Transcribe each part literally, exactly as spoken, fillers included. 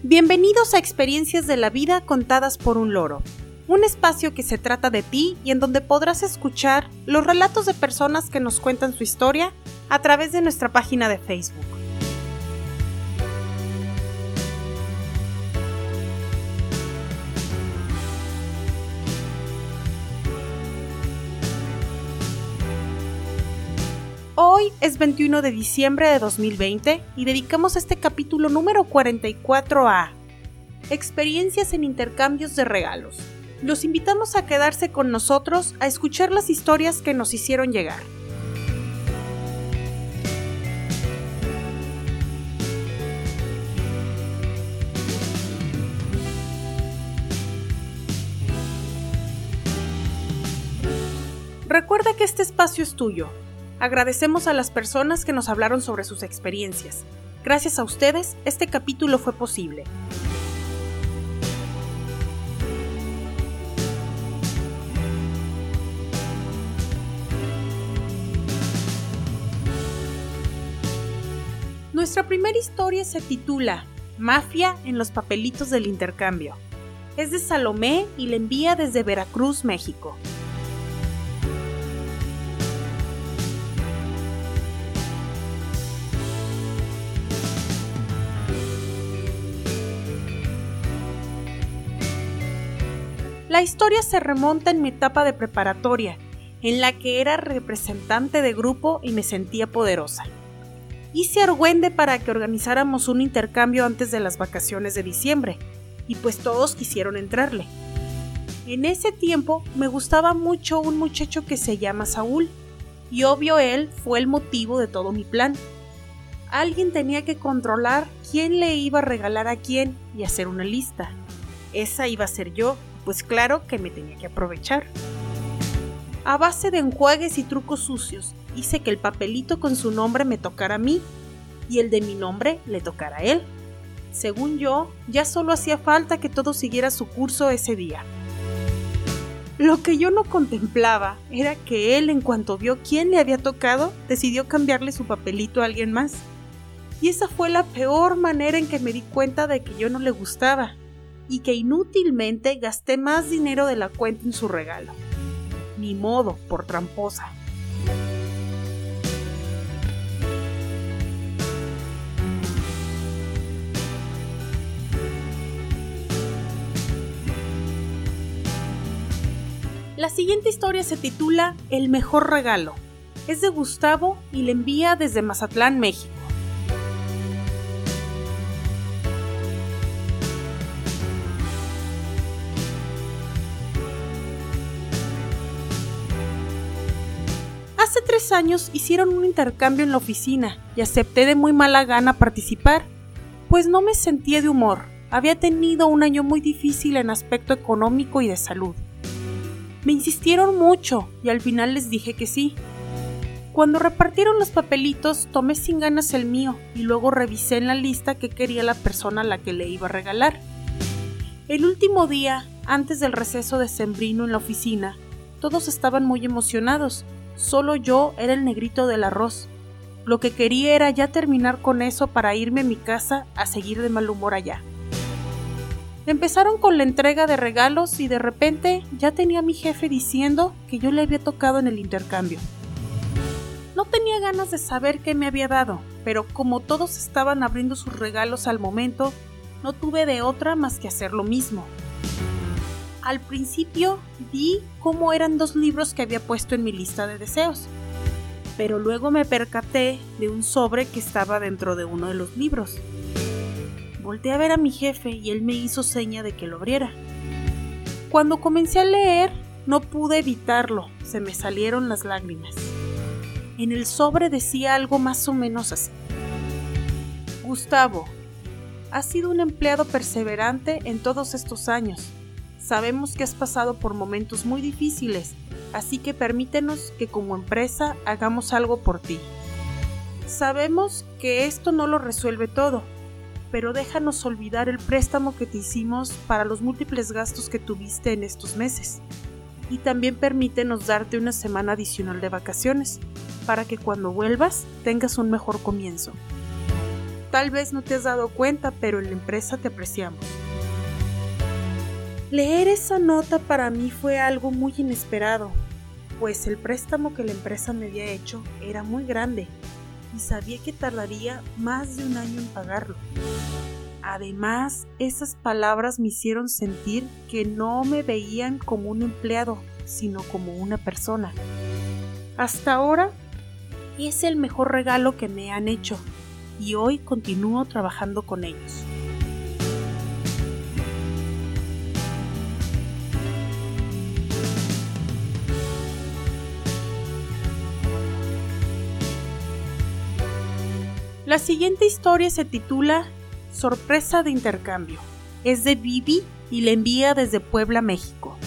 Bienvenidos a Experiencias de la Vida contadas por un loro, un espacio que se trata de ti y en donde podrás escuchar los relatos de personas que nos cuentan su historia a través de nuestra página de Facebook. Hoy es veintiuno de diciembre de dos mil veinte y dedicamos este capítulo número cuarenta y cuatro a Experiencias en intercambios de regalos. Los invitamos a quedarse con nosotros a escuchar las historias que nos hicieron llegar. Recuerda que este espacio es tuyo. Agradecemos a las personas que nos hablaron sobre sus experiencias. Gracias a ustedes, este capítulo fue posible. Nuestra primera historia se titula Mafia en los papelitos del intercambio. Es de Salomé y la envía desde Veracruz, México. La historia se remonta en mi etapa de preparatoria, en la que era representante de grupo y me sentía poderosa. Hice argüende para que organizáramos un intercambio antes de las vacaciones de diciembre, y pues todos quisieron entrarle. En ese tiempo me gustaba mucho un muchacho que se llama Saúl, y obvio él fue el motivo de todo mi plan. Alguien tenía que controlar quién le iba a regalar a quién y hacer una lista. Esa iba a ser yo. Pues claro que me tenía que aprovechar. A base de enjuagues y trucos sucios, hice que el papelito con su nombre me tocara a mí y el de mi nombre le tocara a él. Según yo, ya solo hacía falta que todo siguiera su curso ese día. Lo que yo no contemplaba era que él, en cuanto vio quién le había tocado, decidió cambiarle su papelito a alguien más. Y esa fue la peor manera en que me di cuenta de que yo no le gustaba y que inútilmente gasté más dinero de la cuenta en su regalo. Ni modo, por tramposa. La siguiente historia se titula El mejor regalo. Es de Gustavo y la envía desde Mazatlán, México. Hace tres años hicieron un intercambio en la oficina y acepté de muy mala gana participar, pues no me sentía de humor. Había tenido un año muy difícil en aspecto económico y de salud. Me insistieron mucho y al final les dije que sí. Cuando repartieron los papelitos, tomé sin ganas el mío y luego revisé en la lista qué quería la persona a la que le iba a regalar. El último día, antes del receso decembrino en la oficina, todos estaban muy emocionados. Solo yo era el negrito del arroz. Lo que quería era ya terminar con eso para irme a mi casa a seguir de mal humor allá. Empezaron con la entrega de regalos y de repente ya tenía a mi jefe diciendo que yo le había tocado en el intercambio. No tenía ganas de saber qué me había dado, pero como todos estaban abriendo sus regalos al momento, no tuve de otra más que hacer lo mismo. Al principio vi cómo eran dos libros que había puesto en mi lista de deseos, pero luego me percaté de un sobre que estaba dentro de uno de los libros. Volteé a ver a mi jefe y él me hizo seña de que lo abriera. Cuando comencé a leer, no pude evitarlo, se me salieron las lágrimas. En el sobre decía algo más o menos así: Gustavo, has sido un empleado perseverante en todos estos años. Sabemos que has pasado por momentos muy difíciles, así que permítenos que como empresa hagamos algo por ti. Sabemos que esto no lo resuelve todo, pero déjanos olvidar el préstamo que te hicimos para los múltiples gastos que tuviste en estos meses. Y también permítenos darte una semana adicional de vacaciones, para que cuando vuelvas tengas un mejor comienzo. Tal vez no te has dado cuenta, pero en la empresa te apreciamos. Leer esa nota para mí fue algo muy inesperado, pues el préstamo que la empresa me había hecho era muy grande y sabía que tardaría más de un año en pagarlo. Además, esas palabras me hicieron sentir que no me veían como un empleado, sino como una persona. Hasta ahora, es el mejor regalo que me han hecho y hoy continúo trabajando con ellos. La siguiente historia se titula Sorpresa de intercambio. Es de Vivi y la envía desde Puebla, México.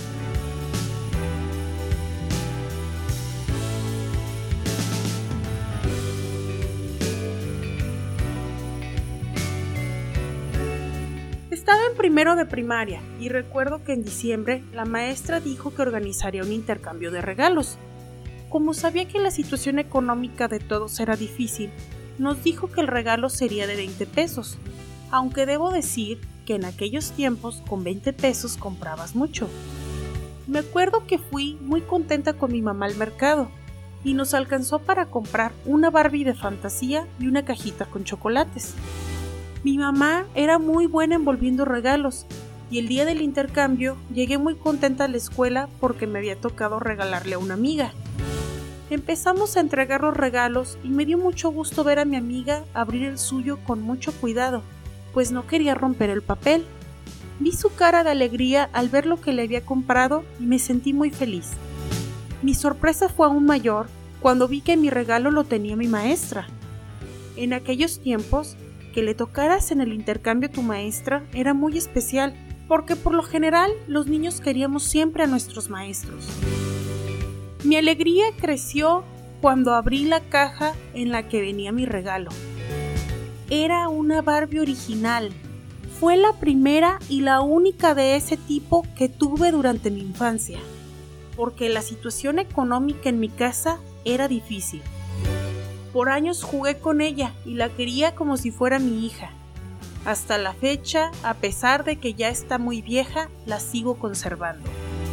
Estaba en primero de primaria y recuerdo que en diciembre la maestra dijo que organizaría un intercambio de regalos. Como sabía que la situación económica de todos era difícil, nos dijo que el regalo sería de veinte pesos, aunque debo decir que en aquellos tiempos con veinte pesos comprabas mucho. Me acuerdo que fui muy contenta con mi mamá al mercado y nos alcanzó para comprar una Barbie de fantasía y una cajita con chocolates. Mi mamá era muy buena envolviendo regalos y el día del intercambio llegué muy contenta a la escuela porque me había tocado regalarle a una amiga. Empezamos a entregar los regalos y me dio mucho gusto ver a mi amiga abrir el suyo con mucho cuidado, pues no quería romper el papel. Vi su cara de alegría al ver lo que le había comprado y me sentí muy feliz. Mi sorpresa fue aún mayor cuando vi que mi regalo lo tenía mi maestra. En aquellos tiempos, que le tocaras en el intercambio a tu maestra era muy especial, porque por lo general los niños queríamos siempre a nuestros maestros. Mi alegría creció cuando abrí la caja en la que venía mi regalo. Era una Barbie original. Fue la primera y la única de ese tipo que tuve durante mi infancia, porque la situación económica en mi casa era difícil. Por años jugué con ella y la quería como si fuera mi hija. Hasta la fecha, a pesar de que ya está muy vieja, la sigo conservando.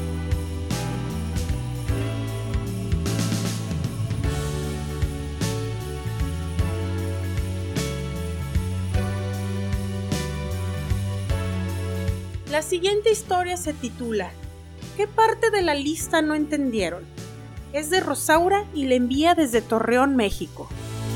La siguiente historia se titula ¿Qué parte de la lista no entendieron? Es de Rosaura y la envía desde Torreón, México.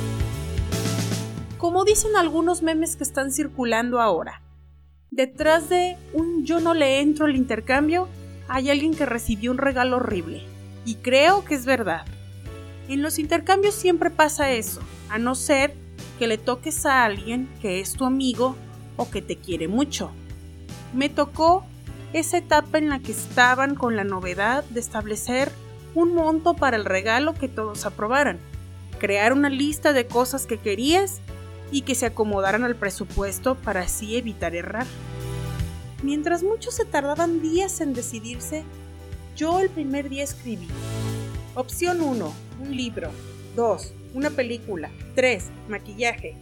Como dicen algunos memes que están circulando ahora, detrás de un yo no le entro al intercambio hay alguien que recibió un regalo horrible. Y creo que es verdad. En los intercambios siempre pasa eso, a no ser que le toques a alguien que es tu amigo o que te quiere mucho. Me tocó esa etapa en la que estaban con la novedad de establecer un monto para el regalo que todos aprobaran, crear una lista de cosas que querías y que se acomodaran al presupuesto para así evitar errar. Mientras muchos se tardaban días en decidirse, yo el primer día escribí: opción uno, un libro. dos, una película. tres, maquillaje.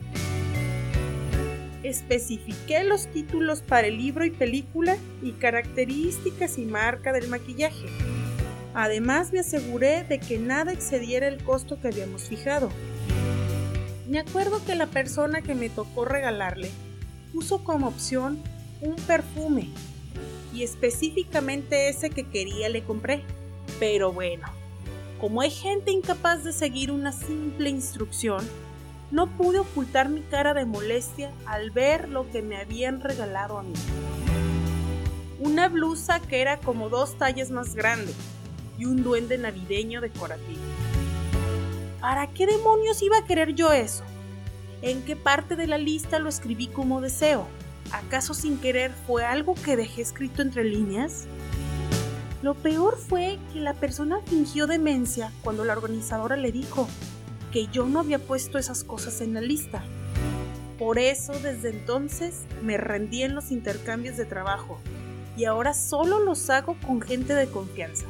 Especifiqué los títulos para el libro y película y características y marca del maquillaje. Además, me aseguré de que nada excediera el costo que habíamos fijado. Me acuerdo que la persona que me tocó regalarle puso como opción un perfume y específicamente ese que quería le compré. Pero bueno, como hay gente incapaz de seguir una simple instrucción, no pude ocultar mi cara de molestia al ver lo que me habían regalado a mí. Una blusa que era como dos tallas más grande y un duende navideño decorativo. ¿Para qué demonios iba a querer yo eso? ¿En qué parte de la lista lo escribí como deseo? ¿Acaso sin querer fue algo que dejé escrito entre líneas? Lo peor fue que la persona fingió demencia cuando la organizadora le dijo que yo no había puesto esas cosas en la lista. Por eso, desde entonces, me rendí en los intercambios de trabajo y ahora solo los hago con gente de confianza.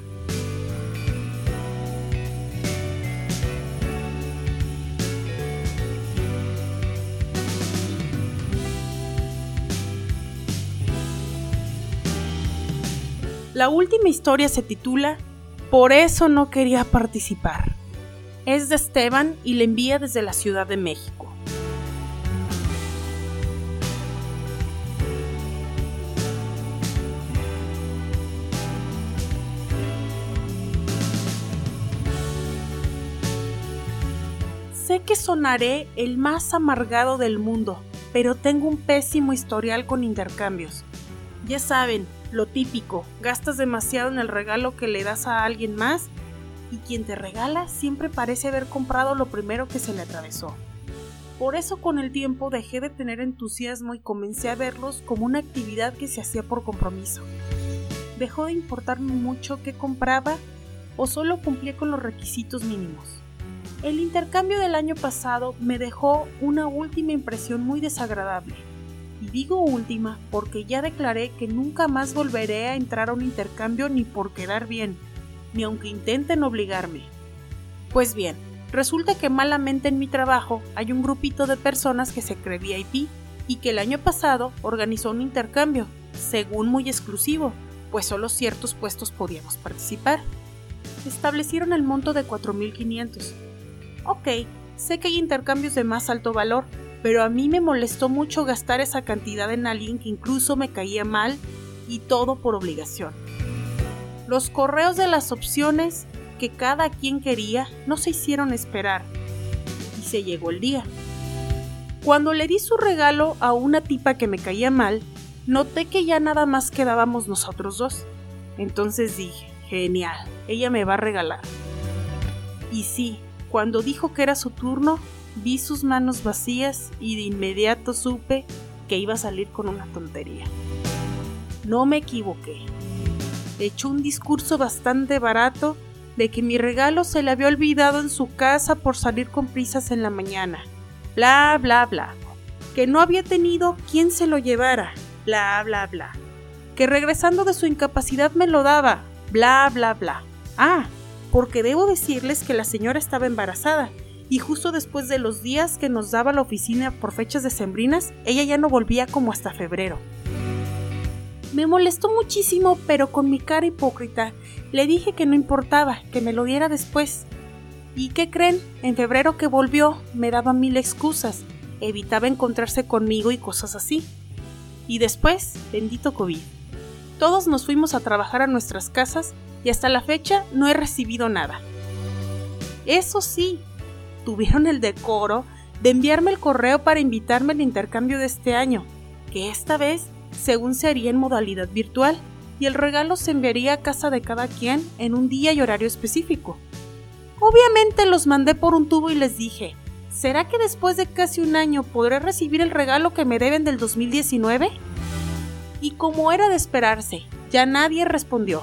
La última historia se titula Por eso no quería participar. Es de Esteban y la envía desde la Ciudad de México. Sé que sonaré el más amargado del mundo, pero tengo un pésimo historial con intercambios. Ya saben, lo típico, gastas demasiado en el regalo que le das a alguien más y quien te regala siempre parece haber comprado lo primero que se le atravesó. Por eso con el tiempo dejé de tener entusiasmo y comencé a verlos como una actividad que se hacía por compromiso. Dejó de importarme mucho qué compraba o solo cumplía con los requisitos mínimos. El intercambio del año pasado me dejó una última impresión muy desagradable. Y digo última porque ya declaré que nunca más volveré a entrar a un intercambio ni por quedar bien, ni aunque intenten obligarme. Pues bien, resulta que malamente en mi trabajo hay un grupito de personas que se cree V I P y que el año pasado organizó un intercambio, según muy exclusivo, pues solo ciertos puestos podíamos participar. Establecieron el monto de cuatro mil quinientos. Ok, sé que hay intercambios de más alto valor, pero a mí me molestó mucho gastar esa cantidad en alguien que incluso me caía mal y todo por obligación. Los correos de las opciones que cada quien quería no se hicieron esperar y se llegó el día. Cuando le di su regalo a una tipa que me caía mal, noté que ya nada más quedábamos nosotros dos. Entonces dije, genial, ella me va a regalar. Y sí, cuando dijo que era su turno, vi sus manos vacías y de inmediato supe que iba a salir con una tontería. No me equivoqué. Echó un discurso bastante barato de que mi regalo se le había olvidado en su casa por salir con prisas en la mañana. Bla, bla, bla. Que no había tenido quien se lo llevara. Bla, bla, bla. Que regresando de su incapacidad me lo daba. Bla, bla, bla. Ah, porque debo decirles que la señora estaba embarazada y justo después de los días que nos daba la oficina por fechas decembrinas, ella ya no volvía como hasta febrero. Me molestó muchísimo, pero con mi cara hipócrita le dije que no importaba, que me lo diera después. ¿Y qué creen? En febrero que volvió me daba mil excusas, evitaba encontrarse conmigo y cosas así. Y después, bendito COVID. Todos nos fuimos a trabajar a nuestras casas y hasta la fecha no he recibido nada. Eso sí, tuvieron el decoro de enviarme el correo para invitarme al intercambio de este año, que esta vez, según se haría en modalidad virtual, y el regalo se enviaría a casa de cada quien en un día y horario específico. Obviamente los mandé por un tubo y les dije, ¿será que después de casi un año podré recibir el regalo que me deben del dos mil diecinueve? Y como era de esperarse, ya nadie respondió.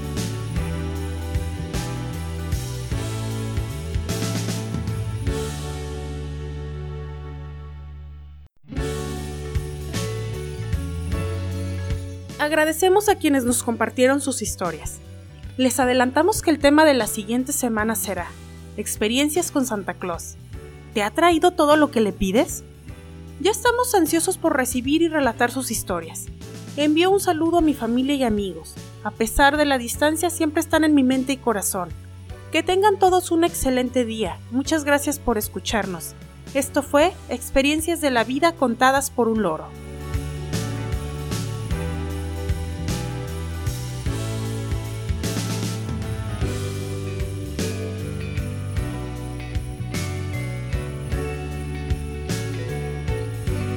Agradecemos a quienes nos compartieron sus historias. Les adelantamos que el tema de la siguiente semana será Experiencias con Santa Claus. ¿Te ha traído todo lo que le pides? Ya estamos ansiosos por recibir y relatar sus historias. Envío un saludo a mi familia y amigos. A pesar de la distancia, siempre están en mi mente y corazón. Que tengan todos un excelente día. Muchas gracias por escucharnos. Esto fue Experiencias de la Vida contadas por un loro.